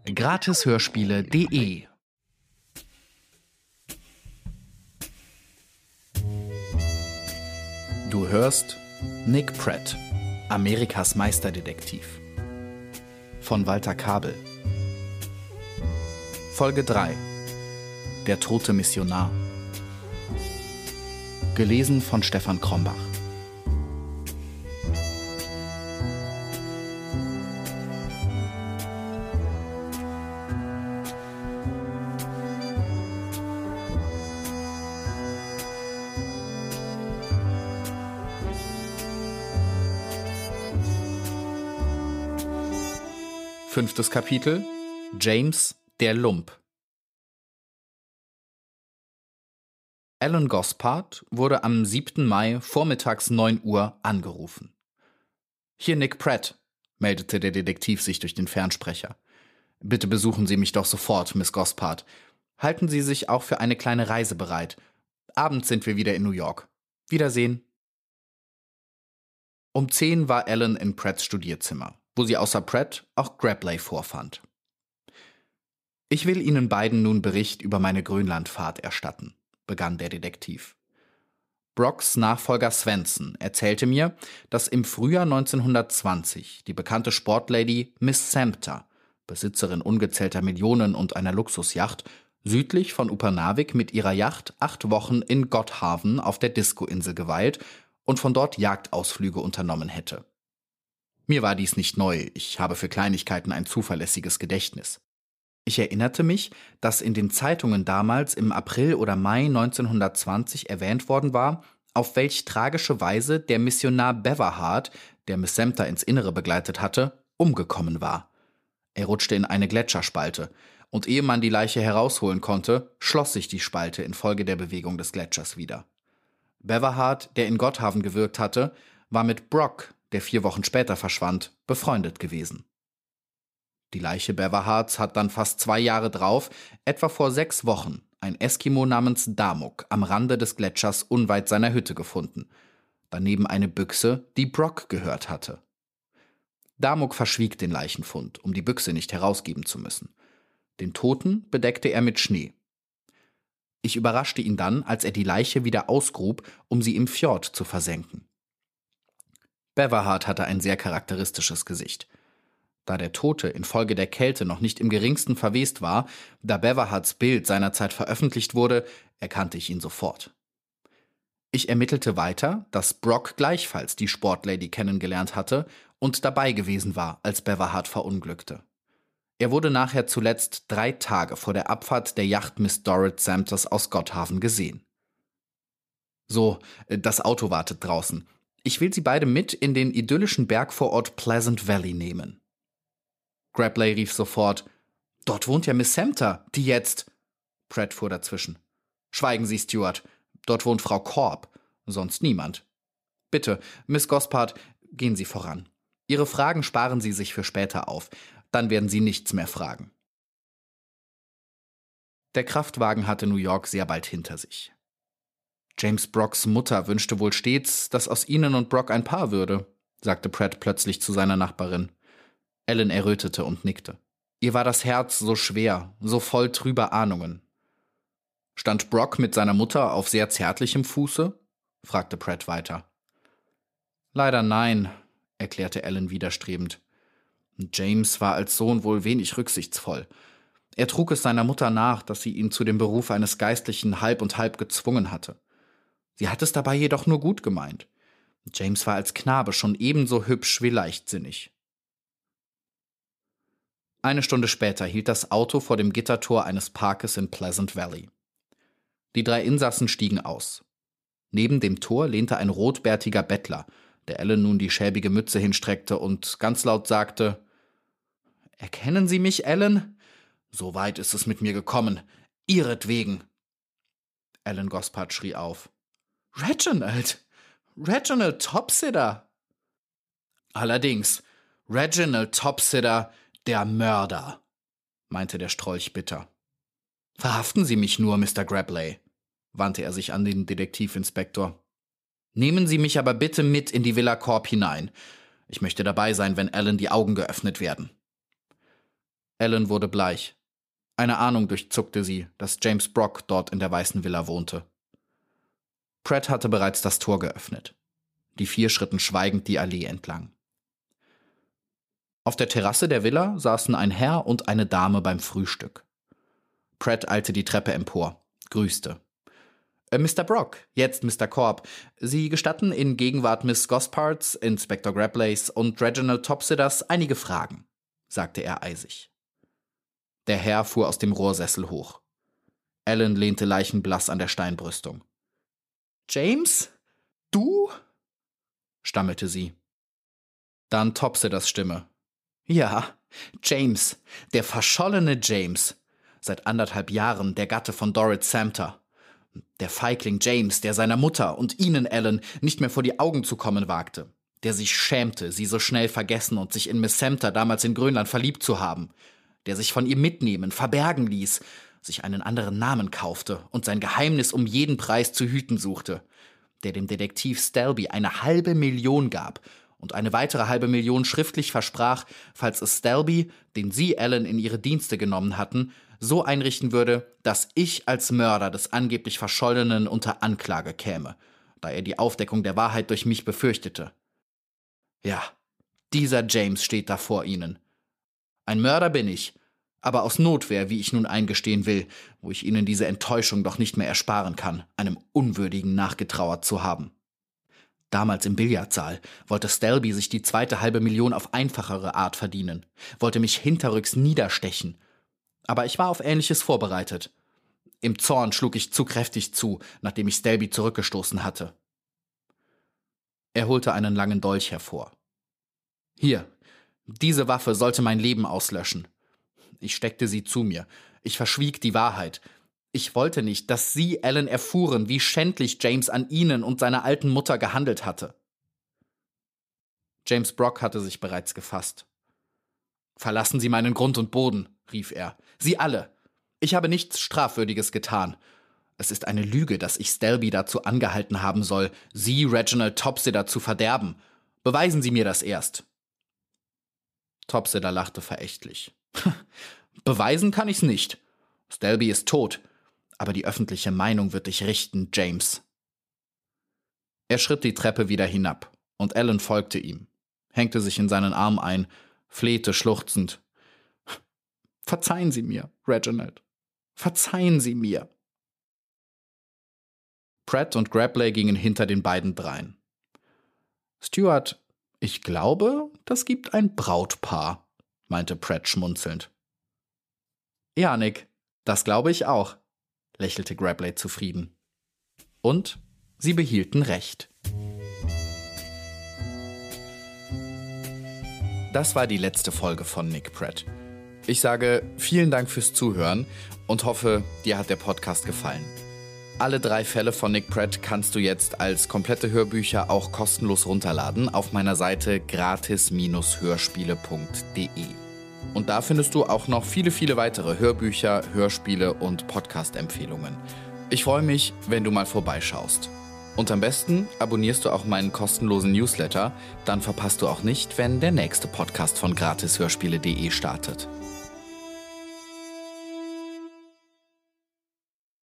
Gratishörspiele.de. Du hörst Nick Pratt, Amerikas Meisterdetektiv von Walter Kabel. Folge 3: Der tote Missionar. Gelesen von Stefan Krombach. Fünftes Kapitel: James, der Lump. Alan Gosspard wurde am 7. Mai vormittags 9 Uhr angerufen. »Hier Nick Pratt«, meldete der Detektiv sich durch den Fernsprecher. »Bitte besuchen Sie mich doch sofort, Miss Gosspard. Halten Sie sich auch für eine kleine Reise bereit. Abends sind wir wieder in New York. Wiedersehen.« Um 10 war Alan in Pratts Studierzimmer, wo sie außer Pratt auch Grabley vorfand. »Ich will Ihnen beiden nun Bericht über meine Grönlandfahrt erstatten«, begann der Detektiv. Brocks Nachfolger Svensson erzählte mir, dass im Frühjahr 1920 die bekannte Sportlady Miss Sempter, Besitzerin ungezählter Millionen und einer Luxusjacht, südlich von Upernavik mit ihrer Yacht 8 Wochen in Godhavn auf der Disco-Insel geweilt und von dort Jagdausflüge unternommen hätte. Mir war dies nicht neu, ich habe für Kleinigkeiten ein zuverlässiges Gedächtnis. Ich erinnerte mich, dass in den Zeitungen damals im April oder Mai 1920 erwähnt worden war, auf welch tragische Weise der Missionar Beverhard, der Miss Sempter ins Innere begleitet hatte, umgekommen war. Er rutschte in eine Gletscherspalte, und ehe man die Leiche herausholen konnte, schloss sich die Spalte infolge der Bewegung des Gletschers wieder. Beverhard, der in Godhavn gewirkt hatte, war mit Brock, der 4 Wochen später verschwand, befreundet gewesen. Die Leiche Beverhards hat dann fast 2 Jahre drauf, etwa vor 6 Wochen, ein Eskimo namens Damuk am Rande des Gletschers unweit seiner Hütte gefunden. Daneben eine Büchse, die Brock gehört hatte. Damuk verschwieg den Leichenfund, um die Büchse nicht herausgeben zu müssen. Den Toten bedeckte er mit Schnee. Ich überraschte ihn dann, als er die Leiche wieder ausgrub, um sie im Fjord zu versenken. Beverhard hatte ein sehr charakteristisches Gesicht. Da der Tote infolge der Kälte noch nicht im geringsten verwest war, da Beverhards Bild seinerzeit veröffentlicht wurde, erkannte ich ihn sofort. Ich ermittelte weiter, dass Brock gleichfalls die Sportlady kennengelernt hatte und dabei gewesen war, als Beverhard verunglückte. Er wurde nachher zuletzt 3 Tage vor der Abfahrt der Yacht Miss Dorrit Samters aus Godhavn gesehen. So, das Auto wartet draußen. Ich will Sie beide mit in den idyllischen Bergvorort Pleasant Valley nehmen. Grabley rief sofort: »Dort wohnt ja Miss Sempter, die jetzt...« Pratt fuhr dazwischen. »Schweigen Sie, Stewart. Dort wohnt Frau Korb, sonst niemand. Bitte, Miss Gosspard, gehen Sie voran. Ihre Fragen sparen Sie sich für später auf. Dann werden Sie nichts mehr fragen.« Der Kraftwagen hatte New York sehr bald hinter sich. »James Brocks Mutter wünschte wohl stets, dass aus Ihnen und Brock ein Paar würde«, sagte Pratt plötzlich zu seiner Nachbarin. Alan errötete und nickte. Ihr war das Herz so schwer, so voll trüber Ahnungen. »Stand Brock mit seiner Mutter auf sehr zärtlichem Fuße?« fragte Pratt weiter. »Leider nein«, erklärte Alan widerstrebend. »James war als Sohn wohl wenig rücksichtsvoll. Er trug es seiner Mutter nach, dass sie ihn zu dem Beruf eines Geistlichen halb und halb gezwungen hatte. Sie hat es dabei jedoch nur gut gemeint. James war als Knabe schon ebenso hübsch wie leichtsinnig.« Eine Stunde später hielt das Auto vor dem Gittertor eines Parkes in Pleasant Valley. Die 3 Insassen stiegen aus. Neben dem Tor lehnte ein rotbärtiger Bettler, der Alan nun die schäbige Mütze hinstreckte und ganz laut sagte: »Erkennen Sie mich, Alan? So weit ist es mit mir gekommen. Ihretwegen!« Alan Gosspard schrie auf: »Reginald! Reginald Topsider!« »Allerdings, Reginald Topsider, der Mörder«, meinte der Strolch bitter. »Verhaften Sie mich nur, Mr. Grabley«, wandte er sich an den Detektivinspektor. »Nehmen Sie mich aber bitte mit in die Villa Korb hinein. Ich möchte dabei sein, wenn Alan die Augen geöffnet werden.« Ellen wurde bleich. Eine Ahnung durchzuckte sie, dass James Brock dort in der weißen Villa wohnte. Pratt hatte bereits das Tor geöffnet. Die 4 schritten schweigend die Allee entlang. Auf der Terrasse der Villa saßen ein Herr und eine Dame beim Frühstück. Pratt eilte die Treppe empor, grüßte. Mr. Brock, jetzt Mr. Korb. Sie gestatten in Gegenwart Miss Gospards, Inspector Grablays und Reginald Topsiders einige Fragen, sagte er eisig. Der Herr fuhr aus dem Rohrsessel hoch. Ellen lehnte leichenblass an der Steinbrüstung. »James? Du?« stammelte sie. Dann Topsiders Stimme. »Ja, James, der verschollene James. Seit 1,5 Jahren der Gatte von Dorrit Samter. Der Feigling James, der seiner Mutter und Ihnen, Ellen, nicht mehr vor die Augen zu kommen wagte. Der sich schämte, sie so schnell vergessen und sich in Miss Samter damals in Grönland verliebt zu haben. Der sich von ihr mitnehmen, verbergen ließ, sich einen anderen Namen kaufte und sein Geheimnis um jeden Preis zu hüten suchte. Der dem Detektiv Stelby eine $500.000 gab und eine weitere $500.000 schriftlich versprach, falls es Stelby, den Sie, Ellen, in ihre Dienste genommen hatten, so einrichten würde, dass ich als Mörder des angeblich Verschollenen unter Anklage käme, da er die Aufdeckung der Wahrheit durch mich befürchtete. Ja, dieser James steht da vor Ihnen. Ein Mörder bin ich, aber aus Notwehr, wie ich nun eingestehen will, wo ich Ihnen diese Enttäuschung doch nicht mehr ersparen kann, einem Unwürdigen nachgetrauert zu haben. Damals im Billardsaal wollte Stelby sich die zweite $500.000 auf einfachere Art verdienen, wollte mich hinterrücks niederstechen. Aber ich war auf Ähnliches vorbereitet. Im Zorn schlug ich zu kräftig zu, nachdem ich Stelby zurückgestoßen hatte. Er holte einen langen Dolch hervor. Hier, diese Waffe sollte mein Leben auslöschen. Ich steckte sie zu mir. Ich verschwieg die Wahrheit. Ich wollte nicht, dass Sie, Ellen, erfuhren, wie schändlich James an Ihnen und seiner alten Mutter gehandelt hatte. James Brock hatte sich bereits gefasst. »Verlassen Sie meinen Grund und Boden«, rief er. »Sie alle! Ich habe nichts Strafwürdiges getan. Es ist eine Lüge, dass ich Stelby dazu angehalten haben soll, Sie, Reginald Topsider, zu verderben. Beweisen Sie mir das erst.« Topsider lachte verächtlich. »Beweisen kann ich's nicht. Stelby ist tot. Aber die öffentliche Meinung wird dich richten, James.« Er schritt die Treppe wieder hinab, und Ellen folgte ihm, hängte sich in seinen Arm ein, flehte schluchzend. »Verzeihen Sie mir, Reginald. Verzeihen Sie mir.« Pratt und Grabley gingen hinter den beiden drein. »Stuart, ich glaube, das gibt ein Brautpaar«, meinte Pratt schmunzelnd. »Ja, Nick, das glaube ich auch«, lächelte Grabley zufrieden. Und sie behielten recht. Das war die letzte Folge von Nick Pratt. Ich sage vielen Dank fürs Zuhören und hoffe, dir hat der Podcast gefallen. Alle 3 Fälle von Nick Pratt kannst du jetzt als komplette Hörbücher auch kostenlos runterladen auf meiner Seite gratis-hörspiele.de. Und da findest du auch noch viele, viele weitere Hörbücher, Hörspiele und Podcast-Empfehlungen. Ich freue mich, wenn du mal vorbeischaust. Und am besten abonnierst du auch meinen kostenlosen Newsletter, dann verpasst du auch nicht, wenn der nächste Podcast von gratishörspiele.de startet.